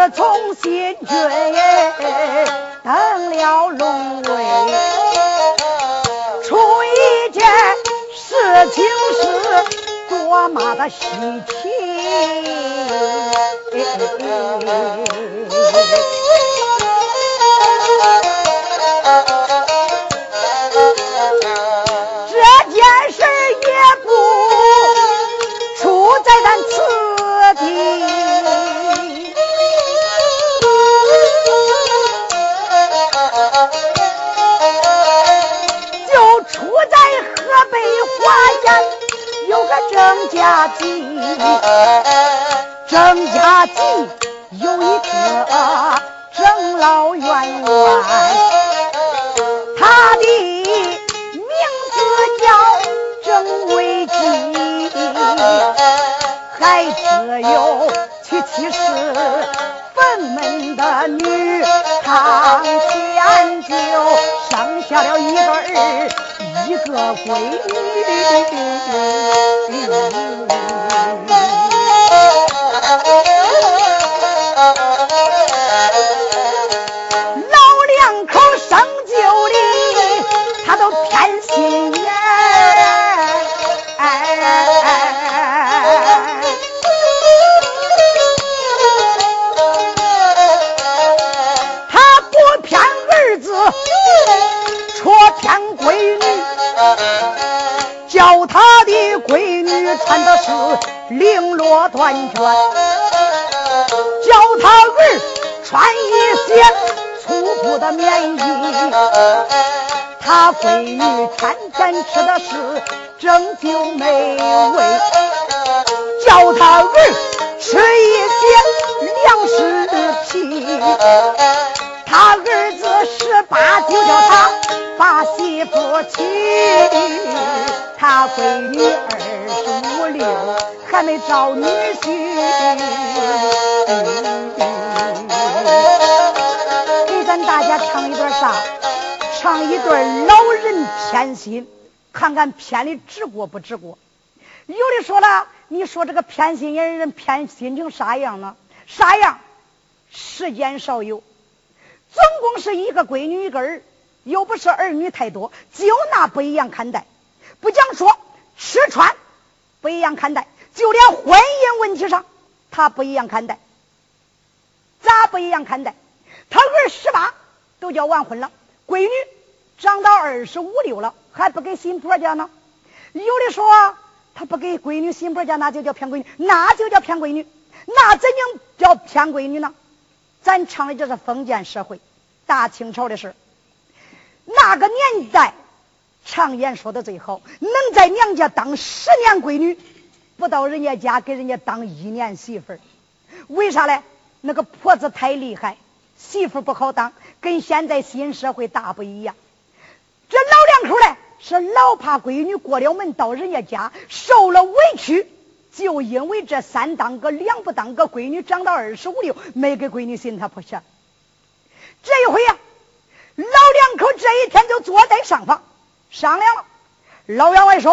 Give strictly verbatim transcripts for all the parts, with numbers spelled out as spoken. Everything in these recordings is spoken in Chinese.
从新军登了龙位，出一件事情是多么的稀奇。这件事也不出在咱此地，就出在河北华阳有个郑家集。郑家集有一个郑老员外，他的名字叫郑维基，还只有七七十坟门的女，堂前就生下了一个儿一个闺女。老两口生就里他都偏心眼，他不偏儿子戳偏闺女，叫他的闺女穿的是绫罗缎绢，叫他儿穿一些粗布的棉衣，他闺女天天吃的是蒸酒美味，叫他儿吃一些粮食皮，他儿子十八就叫他把媳妇娶，他闺女二十五六还没找女婿。给咱大家唱一段啥？唱一段老人偏心，看看偏里治过不治过。有的说了，你说这个偏心人偏心成啥样呢？啥样？世间少有，总共是一个闺女一个儿，又不是儿女太多，就那不一样看待。不讲说吃穿不一样看待，就连婚姻问题上他不一样看待。咋不一样看待？他儿十八都叫完婚了，闺女长到二十五六了还不给新婆家呢。有的说他不给闺女新婆家，那就叫骗闺女，那就叫骗闺女，那怎样叫骗闺女呢？咱唱的这是封建社会，大清朝的事。那个年代常言说的最好，能在娘家当十年闺女，不到人家家给人家当一年媳妇儿。为啥嘞？那个婆子太厉害，媳妇不好当，跟现在新社会大不一样。这老两口嘞是老怕闺女过了门到人家家受了委屈，就因为这三当个两不当个，闺女长到二十五六没给闺女新他婆下。这一回呀、啊，老两口这一天就坐在上房商量了。老员外说：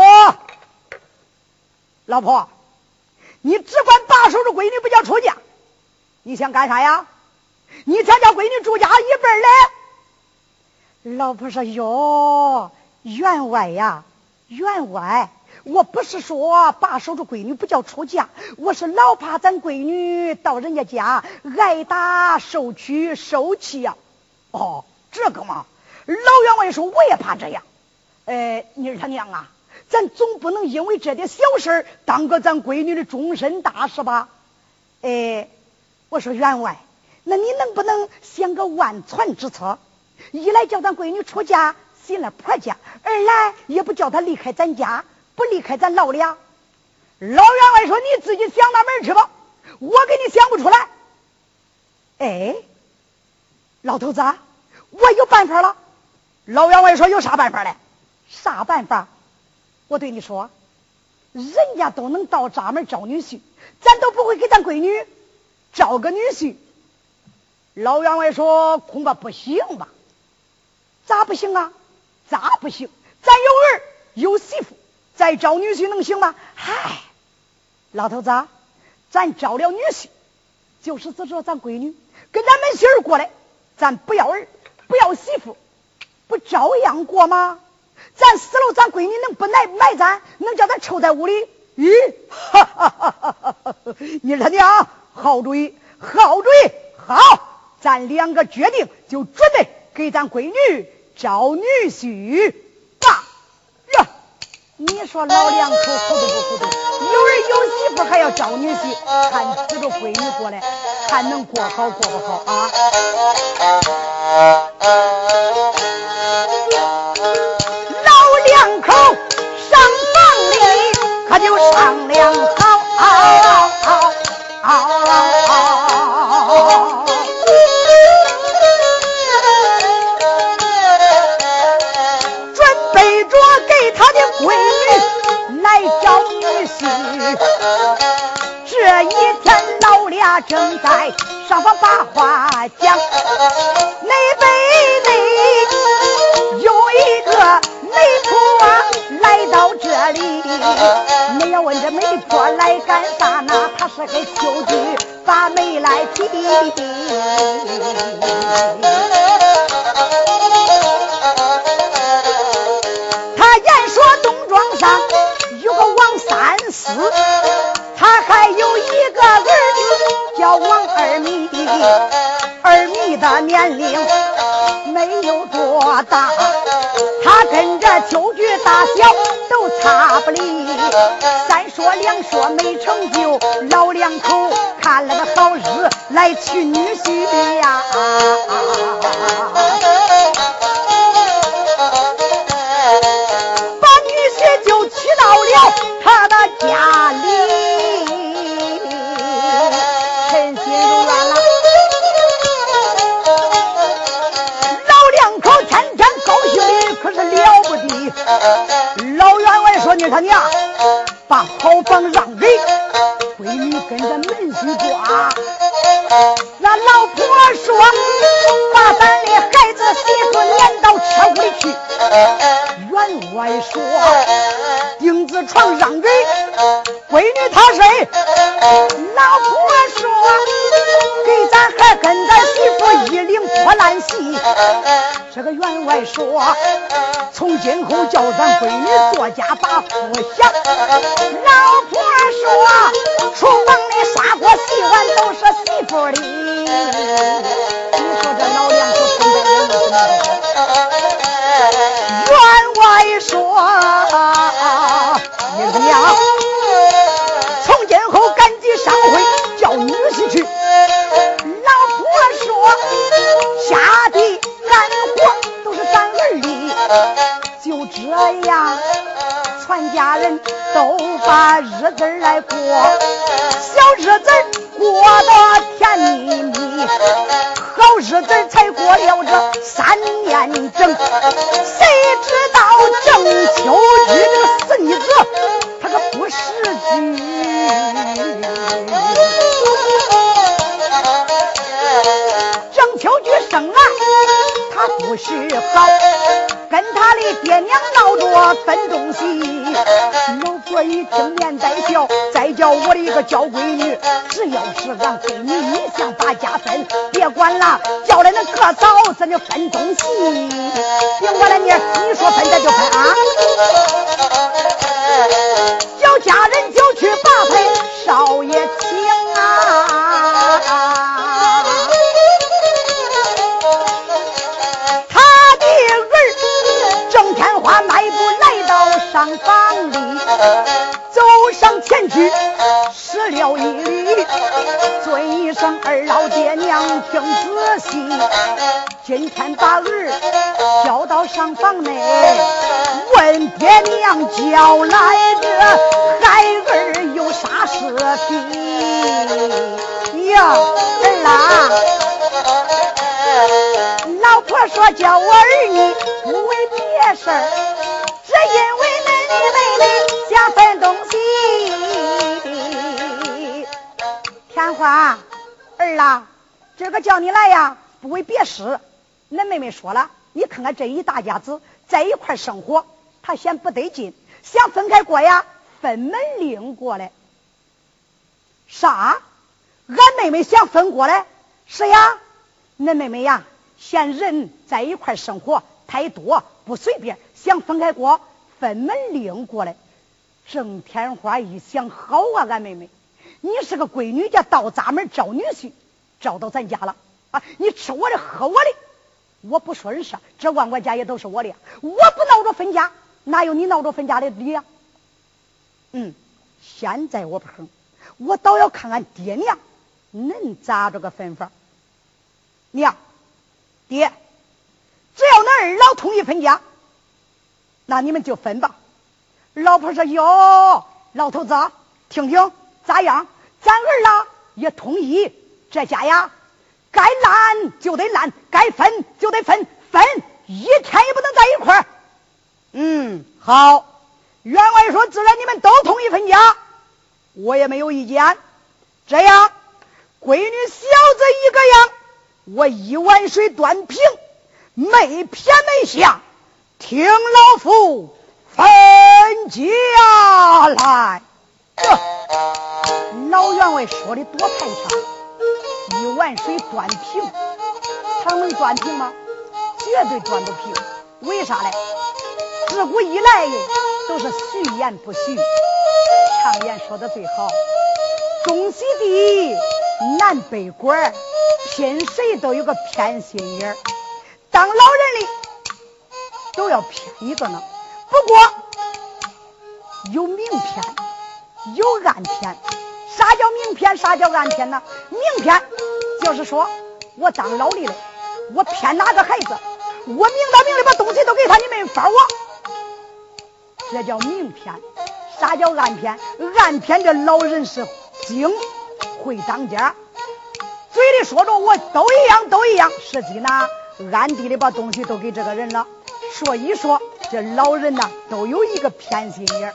老婆，你只管把守着闺女不叫出嫁，你想干啥呀？你才叫闺女住家一辈嘞。老婆说：哟，员外呀，员外，我不是说把守着闺女不叫出嫁，我是老怕咱闺女到人家家挨打受屈受气呀、啊。哦，这个嘛，老员外说我也怕这样。呃，你儿他娘啊，咱总不能因为这点小事当个咱闺女的终身大事吧？哎，我说员外，那你能不能想个万全之策？一来叫咱闺女出嫁进了婆家，二来也不叫她离开咱家，不离开咱老俩。老员外说：你自己想那门去吧，我给你想不出来。哎，老头子，我有办法了。老员外说：有啥办法嘞？啥办法？我对你说，人家都能到闸门找女婿，咱都不会给咱闺女找个女婿。老员外说：恐怕不行吧。咋不行啊？咋不行？咱有儿有媳妇，再找女婿能行吗？嗨，老头子，咱找了女婿， 就是指着咱闺女跟咱们媳妇过来，咱不要儿不要媳妇，不照样过吗？咱死了，咱闺女能不埋埋咱？能叫咱臭在屋里？咦，哈哈哈哈哈哈！你说娘，好主意，好主意，好，咱两个决定，就准备给咱闺女找女婿吧。呀，你说老两口糊涂不糊涂？有儿有媳妇还要找女婿，看指着闺女过来，看能过好过不好啊？老两口上房里可就商量好，准备着给他的闺女来找女婿。这一天老俩正在上房把话讲，那边内有一个媒婆啊来到这里，你要问这媒婆来干啥呢？她是给秋菊把媒来提。他言说东庄上有个王三思，他还有一个儿女叫王二米，二米的年龄没有多大，他跟着秋菊大小都差不离，三说两说没成就，老两口看了个好日来娶女婿呀。把女婿就娶到了他的家里，称心如愿了。老两口天天高兴的可是了不得。老员外说：“你看你啊，把好房让给闺女跟着门婿过啊。”那老婆说：“把咱的孩子媳妇撵到车屋里去。”员外说：“钉子床让给闺女她睡。”老婆说：“给咱还跟咱媳妇一领破烂戏。”这个员外说：“从今后叫咱闺女做家把夫享。”老婆说：“厨房里刷锅洗碗都是媳妇的。”你说这老两口现在人怎么员外说：“你怎样？从今后赶紧上回叫女婿去。”老婆说：“下地干活都是咱儿的。”就这样，全家人都把日子来过，小日子过得甜蜜蜜，好日子才过了这三年整。谁知道郑秋菊这个死女子，她可不识句。郑秋菊生来她不是好，跟他的爹娘闹着分东西。老婆一听连带笑，再叫我的一个娇闺女，只要是俺闺女你想把家分，别管了，叫来那个早咱就分东西。别管了你，你说分咱就分啊。叫家人就去把陪少爷请啊。上房里走上前去，施了一礼，尊一声二老爹娘听仔细。今天把儿叫到上房内，问爹娘叫来这孩儿有啥事的呀？儿啦，老婆说叫我儿你不为别事儿，只因为你妹妹想分东西。天花儿啦，这个叫你来呀，不为别事。恁妹妹说了，你看看这一大家子在一块生活，他嫌不得劲，想分开过呀，分门另过来。啥？ 俺妹妹想分过来，是呀，恁妹妹呀嫌人在一块生活太多不随便，想分开过，分门另过来。郑天花一想，好啊，俺妹妹，你是个闺女家，到咱们招女婿，招到咱家了啊！你吃我的喝我的，我不说人事，这万国家也都是我的，我不闹着分家，哪有你闹着分家的理呀？嗯，现在我不成，我倒要看看爹娘恁咋着个分法。娘爹，只要恁二老同意分家，那你们就分吧。老婆说哟，老头子听听咋样，咱儿啦也同意，这家呀该烂就得烂，该分就得分，分一天也不能在一块儿。嗯，好，员外说自然你们都同意分家，我也没有意见。这样闺女小子一个样，我一碗水端平，没偏没下，听老夫分家来。这老员外说的多排场，一碗水端平，他能端平吗？绝对端不平。为啥嘞？自古以来都是虚言不虚，常言说的最好，东西地南北管，偏谁都有个偏心眼儿，当老人的都要偏一个呢。不过有明偏有暗偏。啥叫明偏，啥叫暗偏呢？明偏就是说我当老李的，我偏哪个孩子，我明当明的把东西都给他，你们分我，这叫明偏。啥叫暗偏？暗偏这老人是精会当家，嘴里说着我都一样都一样，实际呢暗地里把东西都给这个人了。所以说这老人呢都有一个偏心眼儿。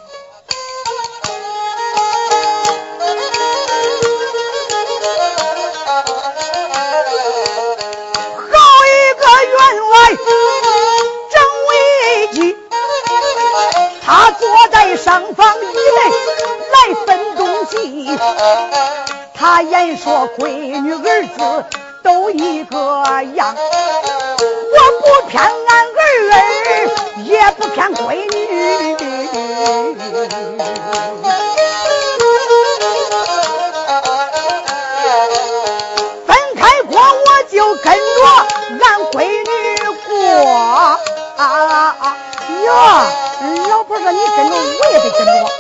好一个员外正危机，他坐在上方以内来分东西，他言说闺女儿子都一个样，我不偏俺儿儿，也不偏闺女，分开过我就跟着俺闺女过啊啊啊哟，老婆说你跟着我也得跟着。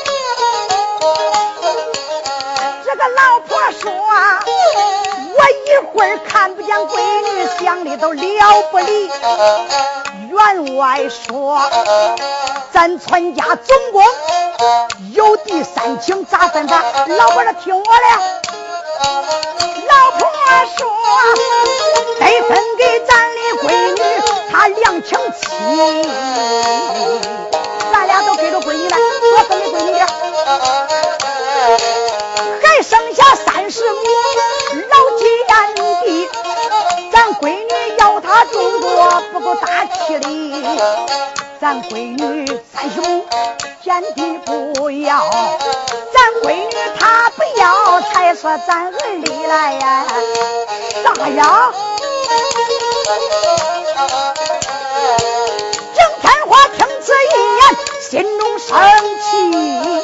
这个老婆说我一会儿看不见闺女，想的都了不离。员外说咱全家总共有第三情，咋分法？老婆说听我的。老婆说得分给咱的闺女，她两情妻，咱俩都给着闺女了，多分给闺女点，还剩下三十亩老田地，咱闺女要她种着不够大气力，咱闺女三十亩田地不要，咱闺女她不要，才说咱儿里来呀，啥呀？郑天华听此一言，心中生气，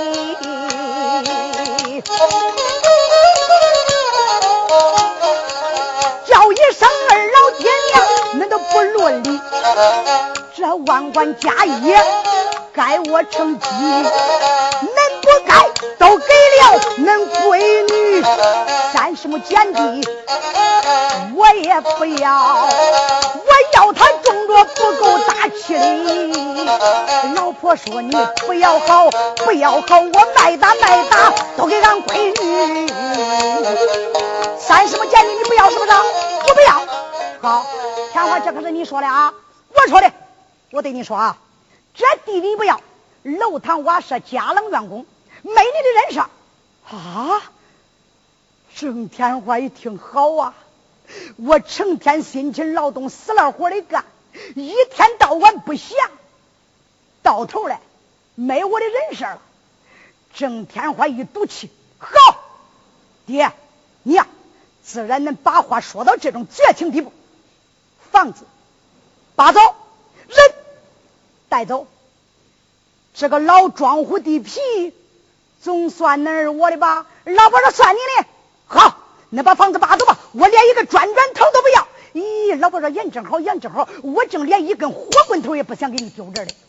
叫一声二老爹娘，恁都不论理，这万贯家业该我承继，恁不该都给了恁闺女三十亩田地，我也不要，我要他种着不够大气力。老婆说你不要好，不要好，我卖打卖打都给俺闺女，三十亩田地你不要是不是？我不要。好，天花这可是你说的啊，我说的，我对你说啊，这地你不要，楼堂瓦舍家冷院工，没你的人设啊。郑天华一听好啊，我成天辛勤劳动死了活的干，一天到晚不闲，到头来没我的人设了。郑天华一赌气，好， 爹，你呀、啊，自然能把话说到这种绝情地步。房子拔走，人带走，这个老庄户地皮总算能是我的吧？老婆说算你的，好，那把房子拔走吧，我连一个转转头都不要。咦，老婆说眼正好，眼正好，我正连一根火棍头也不想给你丢这儿的。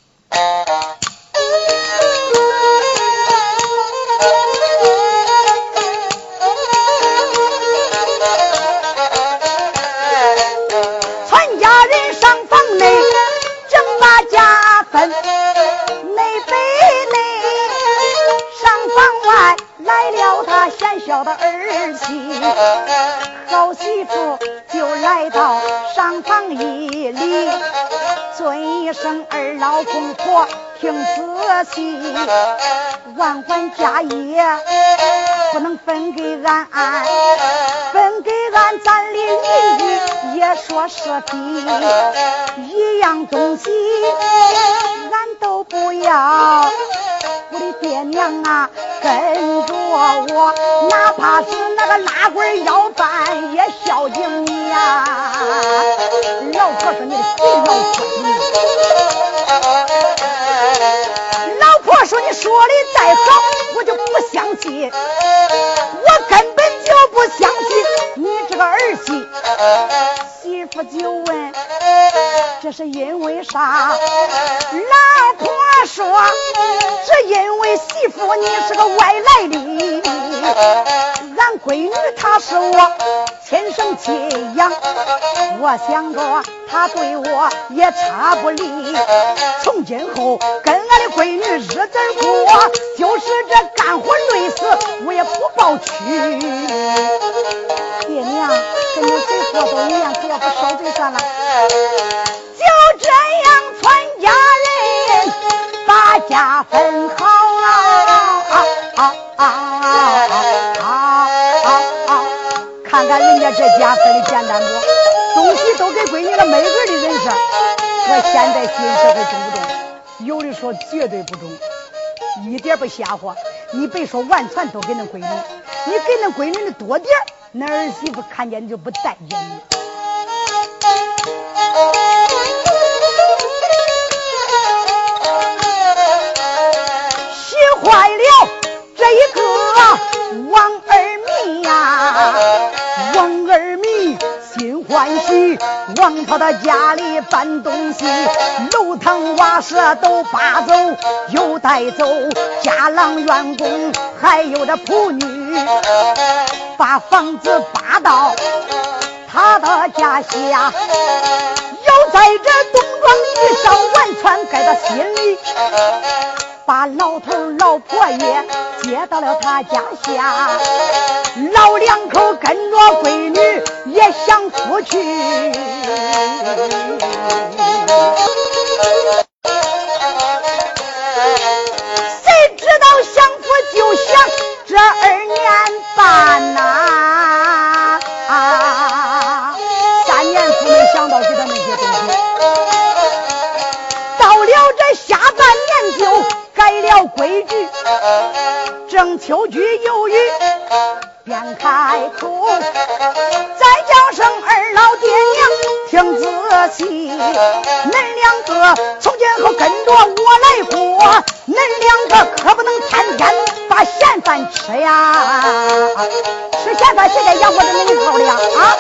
全家人上房内正把家分，内北内上房外来了他贤孝的儿媳，好媳妇就来到上房一里，尊一声二老公婆听仔细，万贯家业不能分给俺，分给俺咱的邻居也说是的，一样东西俺都不要，我的爹娘啊跟着我，哪怕是那个拉棍要饭也孝敬你呀、啊。老婆说你的鬼老孙，老婆说你说的再好我就不相信，我根本就不相信你这个儿媳。媳妇就问这是因为啥？老婆说是因为媳妇你是个外来的，俺闺女她是我亲生亲养，我想着她对我也差不离，从今后跟俺的闺女日子过，就是这干活累死我也不抱屈。爹娘跟你谁说都一样，只要不受罪算了。就这样全家人把家分好啊啊啊啊啊啊啊！看看人家这家分的简单不？东西都给闺女了，每个的人事和现在新社会重不重？有的说绝对不重，一点不瞎话。你别说完全都给那闺女，你给那闺女的多点，那儿媳妇看见你就不待见你。喜坏了这一个王二米呀、啊，王二米心欢喜，往他的家里搬东西，楼堂瓦舍都扒走，又带走家郎员工，还有这仆女，把房子扒到他的家下，又在这东庄衣裳完全盖到心里，把老头老婆也接到了他家下，老两口跟着闺女也想出去。谁知道享福就享这二年半呐、啊啊，三年夫没想到给他那些东西，到了这下半年就改了规矩，正秋菊有余便开口，再叫声二老爹娘听仔细，恁两个从今后跟着我来过，恁两个可不能天天把闲饭吃呀，吃闲饭谁该养活着恁一口的呀啊！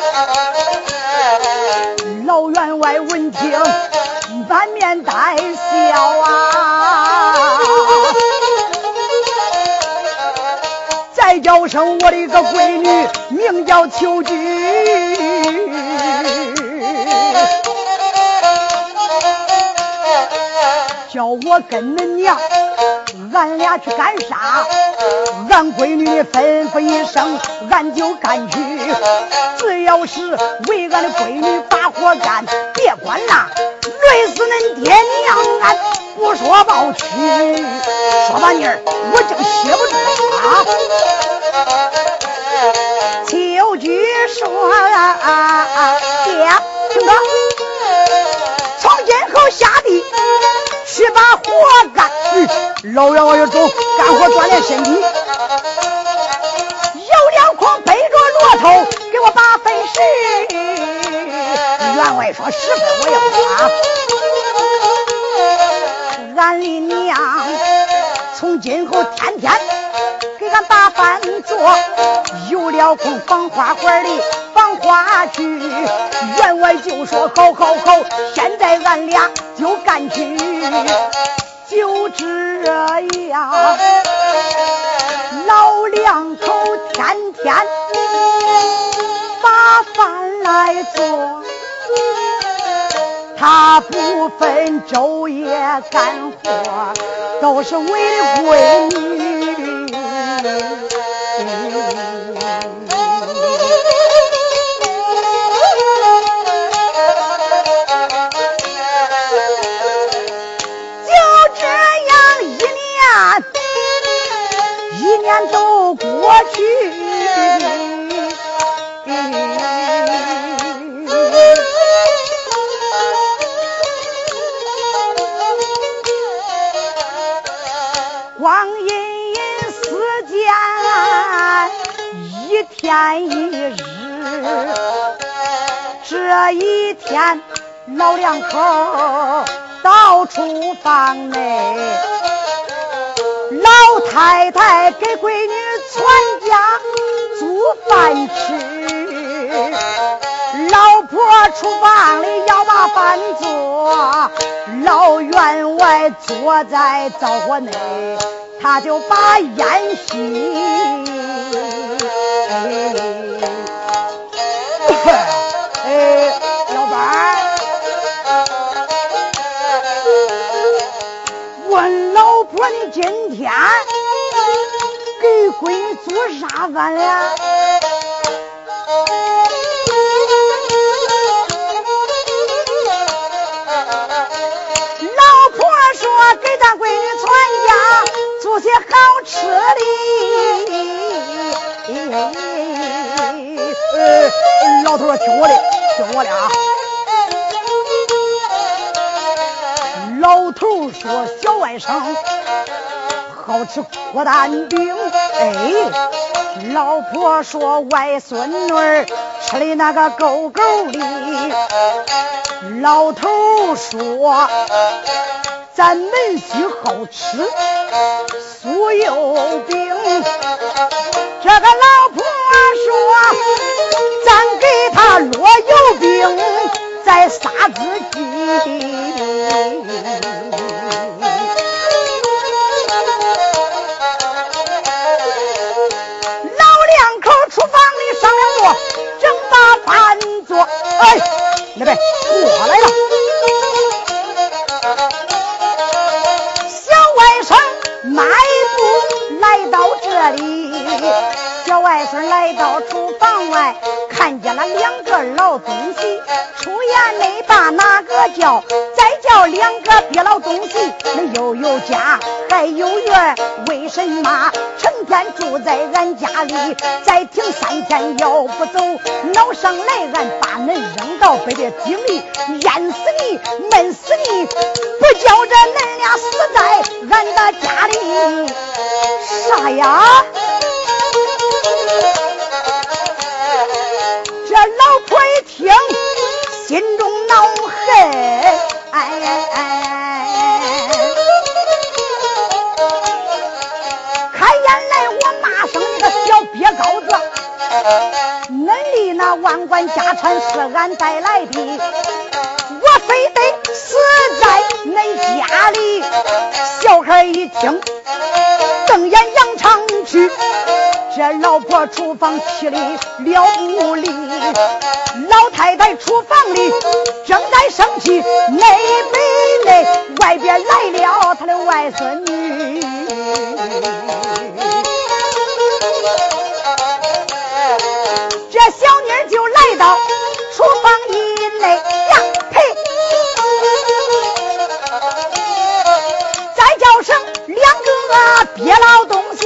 老员外闻听满面带笑啊，再叫声我的一个闺女名叫秋菊，叫我跟恁娘俺俩去干啥，俺闺女的吩咐一声俺就干去，只要是为俺的闺女把活干，别管啦，累死恁爹娘俺不说抱屈。说吧妮儿，我正歇不住啊。秋菊说啊，爹听着，从今后下地去把活干，嗯，老员外有种干活锻炼身体， 十，员外说十分我要花，俺的娘从今后天天给俺打饭做，有了空放花环里放花去。员外就说好好好，现在俺俩就干去。就这样，老两口天天把饭来做，他不分昼夜干活，都是为了闺女。就这样一年一年都过去，光阴阴时间一天一日，这一天老两口到厨房内，老太太给闺女全家煮饭吃，老婆厨房里要把饭做，老员外坐在灶火内，他就把烟吸。哎，老板儿，问老婆你今天给闺女做啥饭了？老婆说给咱闺女全家做些好吃的。呃，老头说听我的，听我的啊。老头说小外甥好吃锅蛋饼，哎，老婆说外孙女吃的那个够够的。老头说咱门须好吃酥油饼，这个老婆说咱给他落油饼再杀自己。老两口厨房里商量过，正把饭做，哎，那边我来了。小外甥迈步来到这里，小外孙来到厨房外，看见了两个老东西，出言没把哪个叫，再叫两个别老东西，那又有家还有院，为什么成天住在俺家里？再停三天要不走，闹上来俺把恁扔到北的井里，淹死你闷死你，不叫着恁俩死在俺的家里。啥呀？这老婆一听心中恼恨，哎哎哎，开眼来我骂声你个小瘪羔子，恁里那万贯家产是俺带来的，我非得死在恁家里。小孩一听瞪眼扬长去，这老婆厨房气里了屋里，老太太厨房里正在生气，内北内外边来了他的外孙女。这小妮就来到厨房以内呀，呸！再叫声两个别老东西，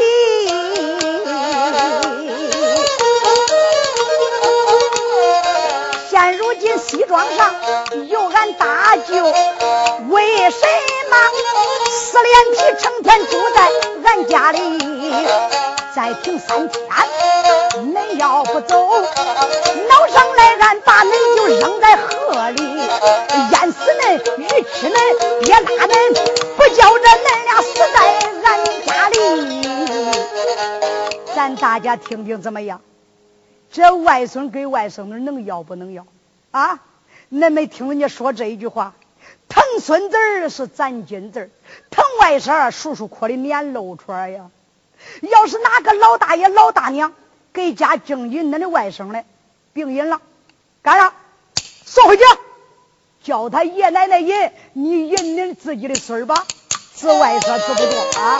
现如今西庄上有俺大舅，为什么四脸皮成天住在俺家里？ 再停三天，恁要不走，闹上来俺把恁就扔在河里，淹死恁，鱼吃恁，别拉恁，不叫着恁俩死在俺家里。咱大家听听怎么样？这外孙给外甥女能要不能要啊？恁没听人家说这一句话？疼孙子是咱金子，疼外甥叔叔阔的撵漏串呀。要是哪个老大爷老大娘给家正引恁的外甥来病引了，干啥？送回去，叫他爷奶奶引，你引恁自己的孙儿吧。此外说字不多啊。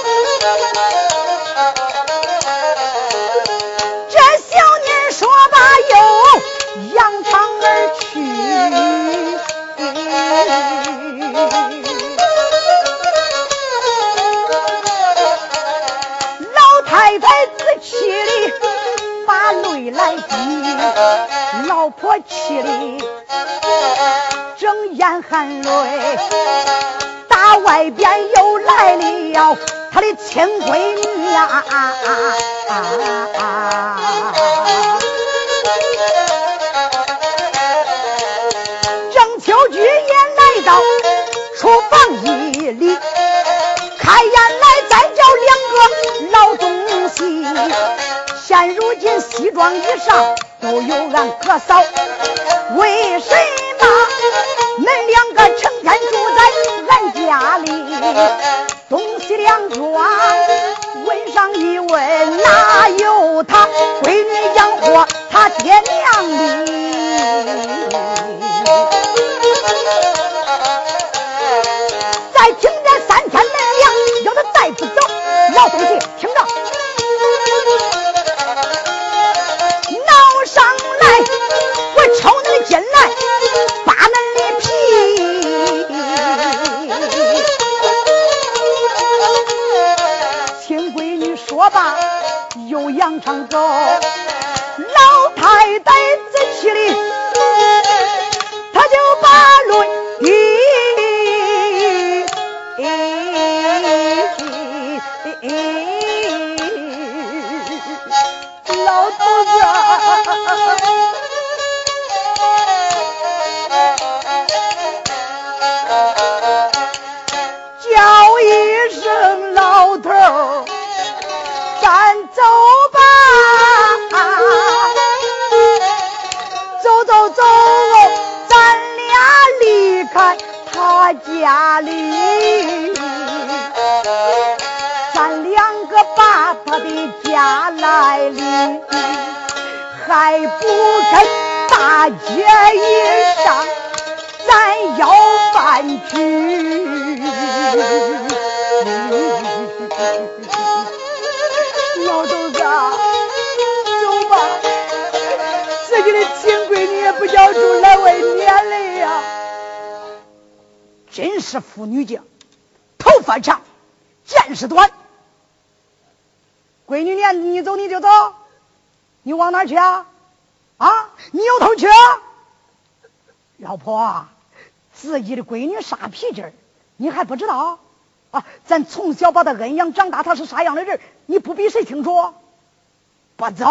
这小妮说罢又扬长而去。老太太自气里把泪来滴，老婆气里正眼含泪，大外边又来了他的亲闺女呀、啊啊啊啊啊、郑秋菊也来到厨房一里，开眼来再叫两个老东西，现如今西装衣裳都有俺哥嫂，为什么恁两个成天住在俺家里？东西两庄问上一问，哪有他闺女养活他爹娘的？再听这三天来两，要他再不走，老东西听着闹上来，我抽你的筋来，扒恁的皮。亲闺女说罢又扬长走，老太太自气里他就把论一老头子叫一声老头，咱走吧，走走走，咱俩离开他家里，咱两个把他的家来离，还不跟大街一上咱要饭去。老头子走吧，自己的亲闺女也不叫出来为撵来呀。真是妇女精，头发长见识短。闺女撵你走你就走，你往哪去啊？啊，你有头去啊？老婆，自己的闺女啥脾气你还不知道啊？咱从小把她恩养长大，她是啥样的人你不比谁清楚？不走。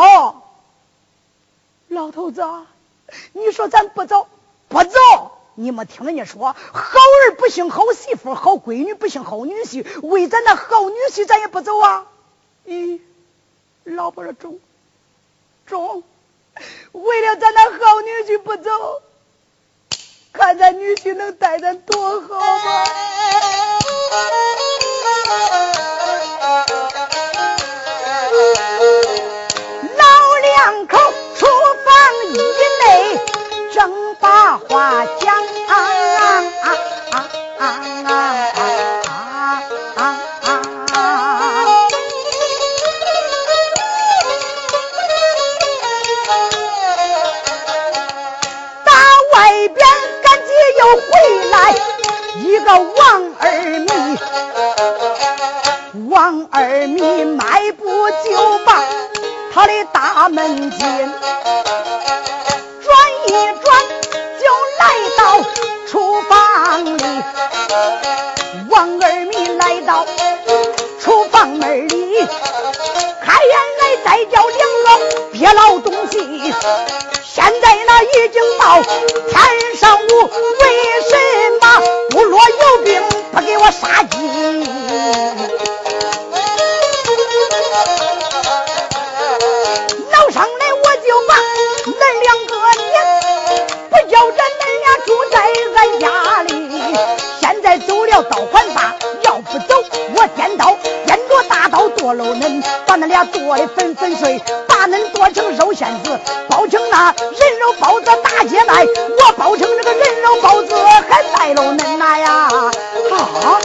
老头子，你说咱不走不走，你们听人家说好儿不幸好媳妇，好闺女不幸好女婿，为咱那好女婿咱也不走啊。咦，老婆说中中，为了咱那好女婿不走，看咱女婿能待咱多好吗？老两口厨房以内正把话讲啊啊啊啊啊啊啊啊！打外边赶紧又回来一个王二米，王二米迈步就把他的大门进，转一转就来到厨房里。王二米来到厨房门里，开眼来再叫两个别老东西。现在那已经到天上午，为什么部落有兵不给我杀鸡？闹上来我就把恁两个撵，不叫着恁俩住在俺家里。现在走了刀还把，要不走我颠刀颠着大刀剁喽恁，把恁俩剁的粉粉碎，把恁剁成肉馅子，包成那人肉包子大街卖，我包成这个人肉包子还卖喽恁那呀！啊！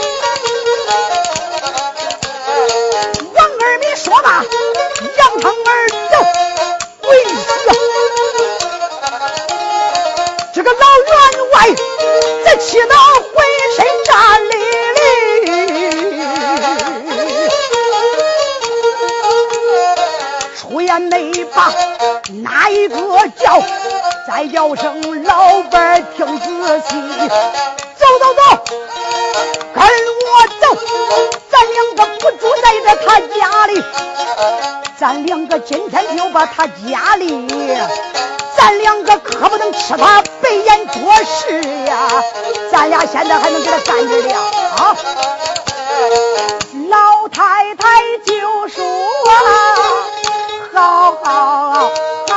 王二米说吧，扬长而走，为死这个老员外这气得浑身炸哩哩，出言没把哪一个叫，再叫声老伴听仔细，走走走，跟我走，咱两个不住在这他家里，咱两个今天就把他家里，咱两个可不能吃他白眼做事呀，咱俩现在还能给他干着的啊！老太太就说好好好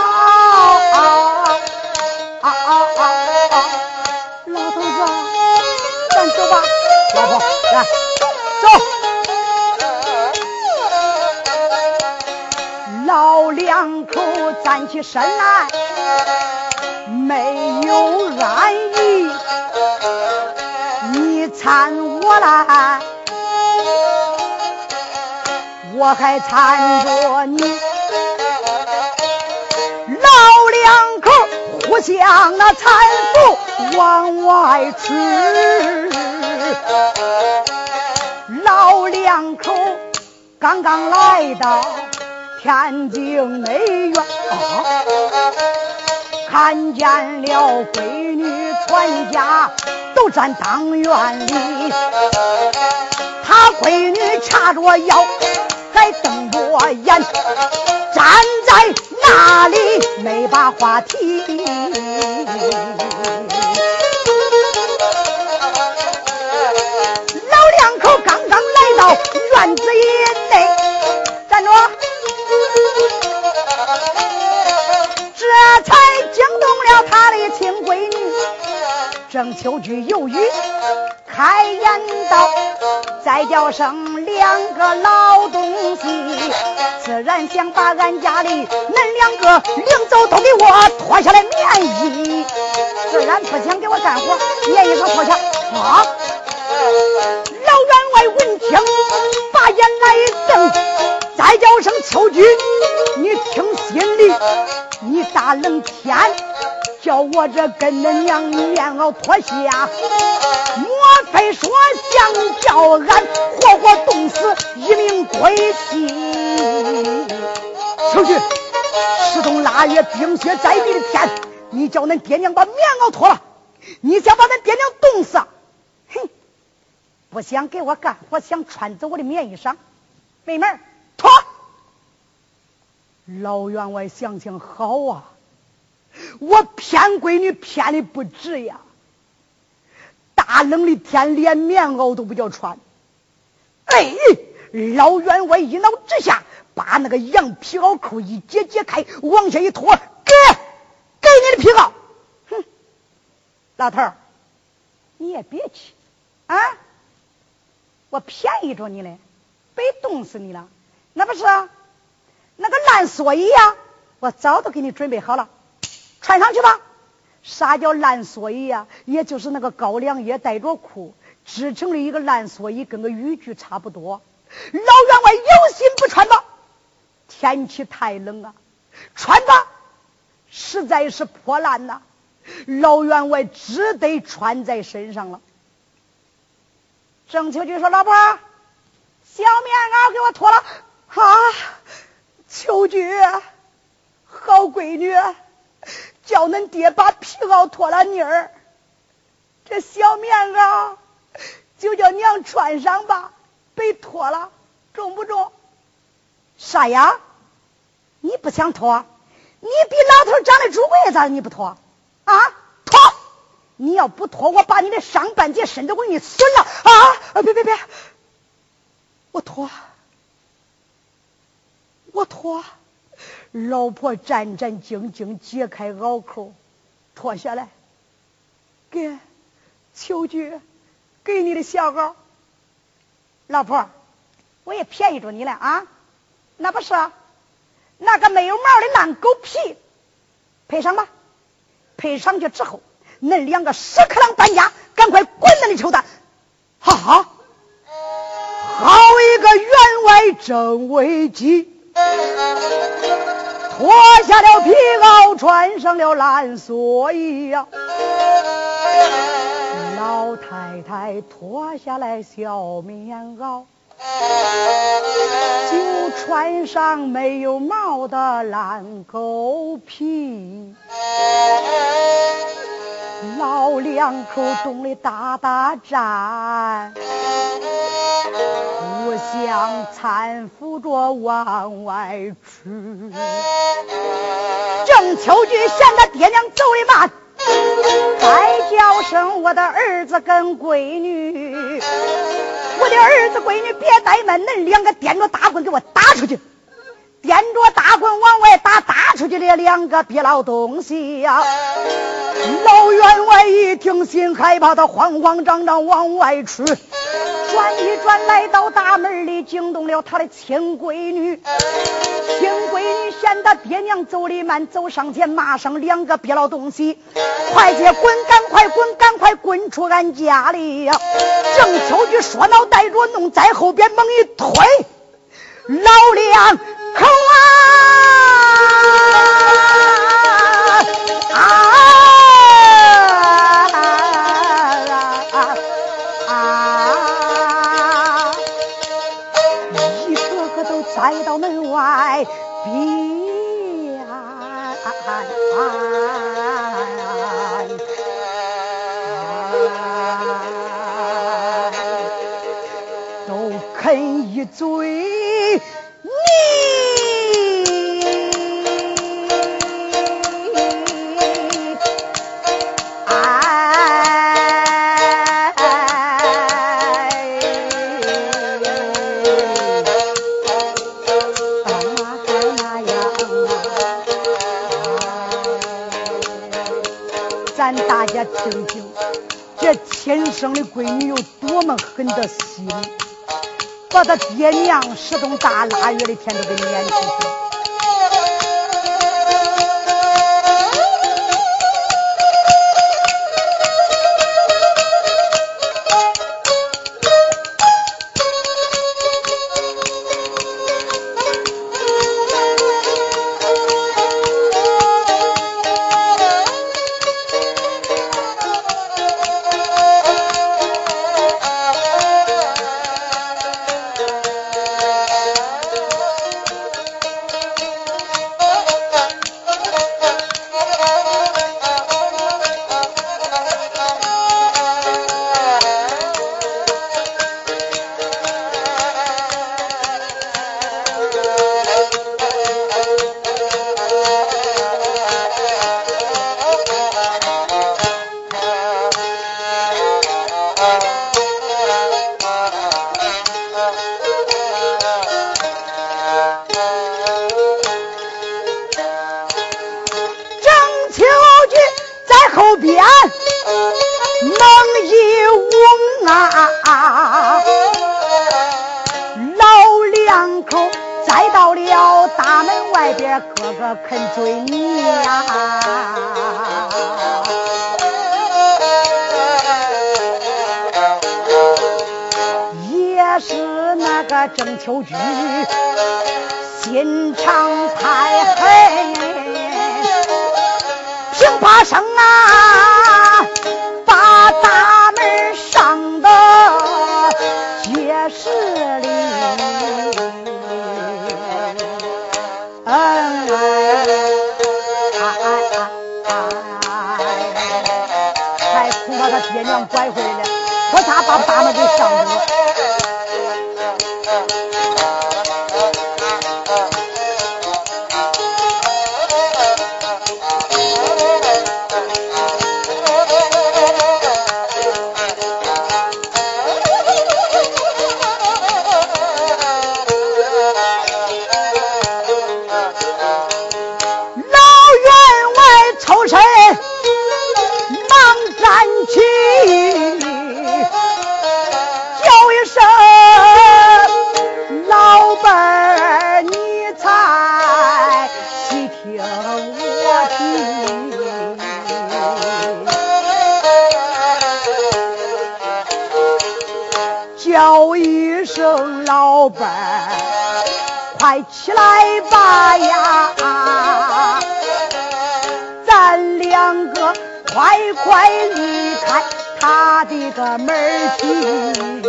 老头子咱走吧，老婆来走。老两口站起身来，没有安逸，你搀我来，我还搀着你。老两口互相那搀扶往外去，老两口刚刚来到天津内院，啊，看见了闺女全家都站当院里，他闺女叉着腰还瞪着眼，站在那里没把话题。老两口刚刚来到院子以内，站着，这才惊动了他的亲闺女。郑秋菊犹豫开言道，再叫声两个老东西，自然想把俺家里恁两个领走，都给我脱下来棉衣，自然不想给我干活，棉衣上脱下啊！老员外闻听把眼来瞪，再叫声秋菊，你听心里，你大冷天叫我这跟恁娘棉袄脱下，莫非说想叫俺活活冻死一名鬼妻？秋菊，十冬腊月冰雪在地的天，你叫恁爹娘把棉袄脱了，你想把恁爹娘冻死？哼，不想给我干活，想穿走我的棉衣裳，妹妹脱！老员外想想，好啊，我骗闺女骗的不值呀，大冷的天连棉袄都不叫穿。哎，老员外一恼之下把那个羊皮袄扣一解解开，往下一拖，给给你的皮袄。哼，老头儿你也别气啊，我便宜着你嘞，别冻死你了。那不是那个烂蓑衣呀，我早都给你准备好了，穿上去吧。啥叫烂蓑衣呀？也就是那个高粱叶带着裤织成了一个烂蓑衣，跟个雨具差不多。老员外有心不穿吧，天气太冷啊，穿吧实在是破烂呐、啊，老员外只得穿在身上了。郑秋菊说：“老婆，小棉袄给我脱了。”啊，秋菊，好闺女，叫恁爹把皮袄脱了妮儿，这小棉袄就叫娘穿上吧，被脱了，中不中？啥呀？ 你不想脱？你比老头长得主贵，咋你不脱啊？脱！你要不脱，我把你的上半截身都给你损了啊！别别别，我脱，我脱。老婆战战兢兢解开袄扣，脱下来，给秋菊，给你的小袄。老婆，我也便宜着你了啊！那不是那个没有毛的烂狗皮，赔上吧。赔上去之后，恁两个屎壳郎搬家，赶快滚那里抽蛋！哈哈，好一个员外正为吉。脱下了皮袄，穿上了蓝蓑衣呀。老太太脱下来小棉袄，就穿上没有毛的烂狗皮。老两口动了大大战，互相搀扶着往外去。郑秋菊嫌他爹娘走的慢，再叫声我的儿子跟闺女，我的儿子闺女别怠慢，恁两个掂着大棍给我打出去，掂着大棍往外打，打出去的两个别老东西呀、啊！老员外一听心害怕，他慌慌张张往外去，转一转来到大门里，惊动了他的亲闺女。亲闺女嫌他爹娘走的慢，走上前骂上两个别老东西，快些滚，赶快滚，赶快滚出俺家里呀、啊！郑秋菊说脑带着弄在后边猛一推，老两口啊啊！来到门外避安，都啃一嘴大家听听，这亲生的闺女有多么狠的心，把他爹娘十冬大腊月的天都给撵出去。郑秋菊心肠太黑，平爬声啊，把大门上的结实里，嗯还恐怕他爹娘拐回来了，说他把大门给上了。 我听，叫一声老伴儿，快起来吧呀！咱两个快快离开他的个门去，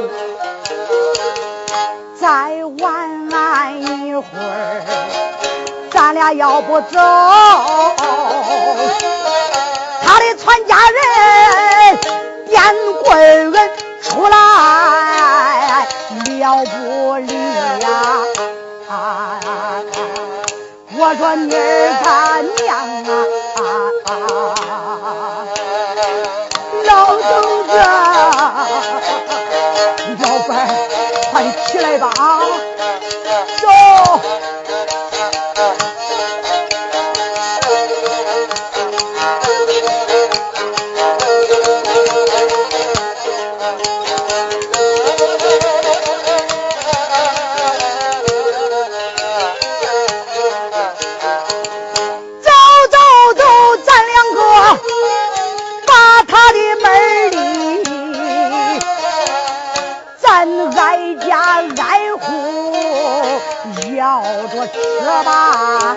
再玩一会儿，咱俩要不走，他的全家人电棍人出来了不离呀！啊，我说你儿他娘啊，老头子，老伴儿，快起来吧啊！走。着车吧，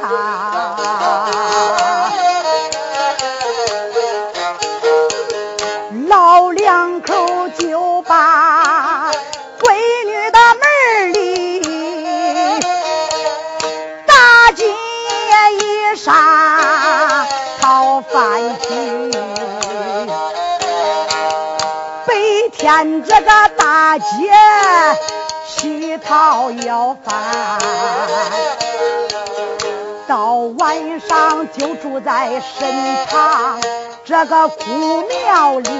老两口就把闺女的门里大街一上讨饭去，白天这个大街乞讨要饭，到晚上就住在身旁这个古庙里。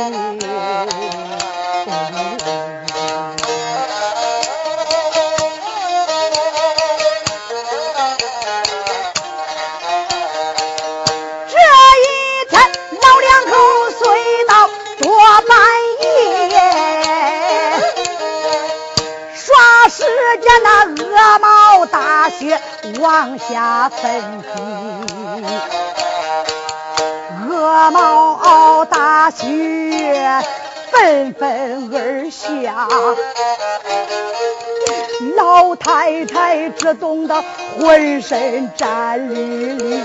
这一天老两口睡到多半夜，耍时间那鹅毛大雪往下纷飞，鹅毛大雪纷纷而下，老太太只冻得浑身战栗栗，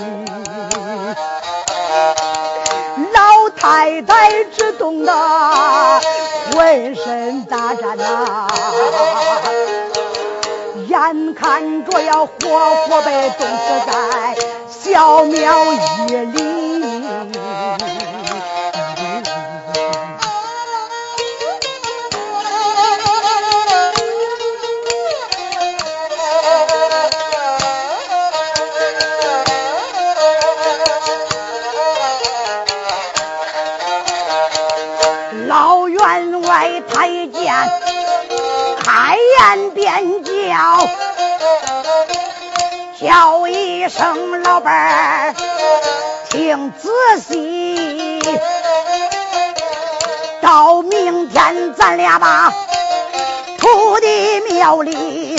老太太只冻得浑身打颤呐，眼看着要活活被冻死在小庙一里。老员外太监开言便叫，叫一声老伴儿听仔细，到明天咱俩把土地庙里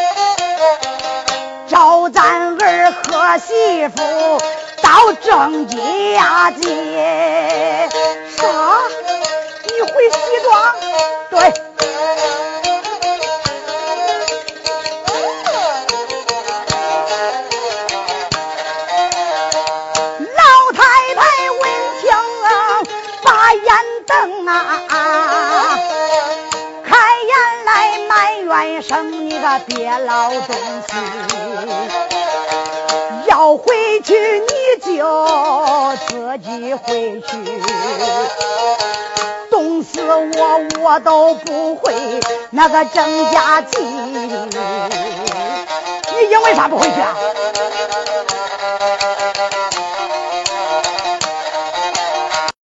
找咱儿和媳妇到正家街。啥？你会西装？对。老太太闻听把眼瞪啊，开眼来埋怨声，你个别老东西，要回去你就自己回去，冻死我我都不会那个郑家记。你因为啥不回去啊？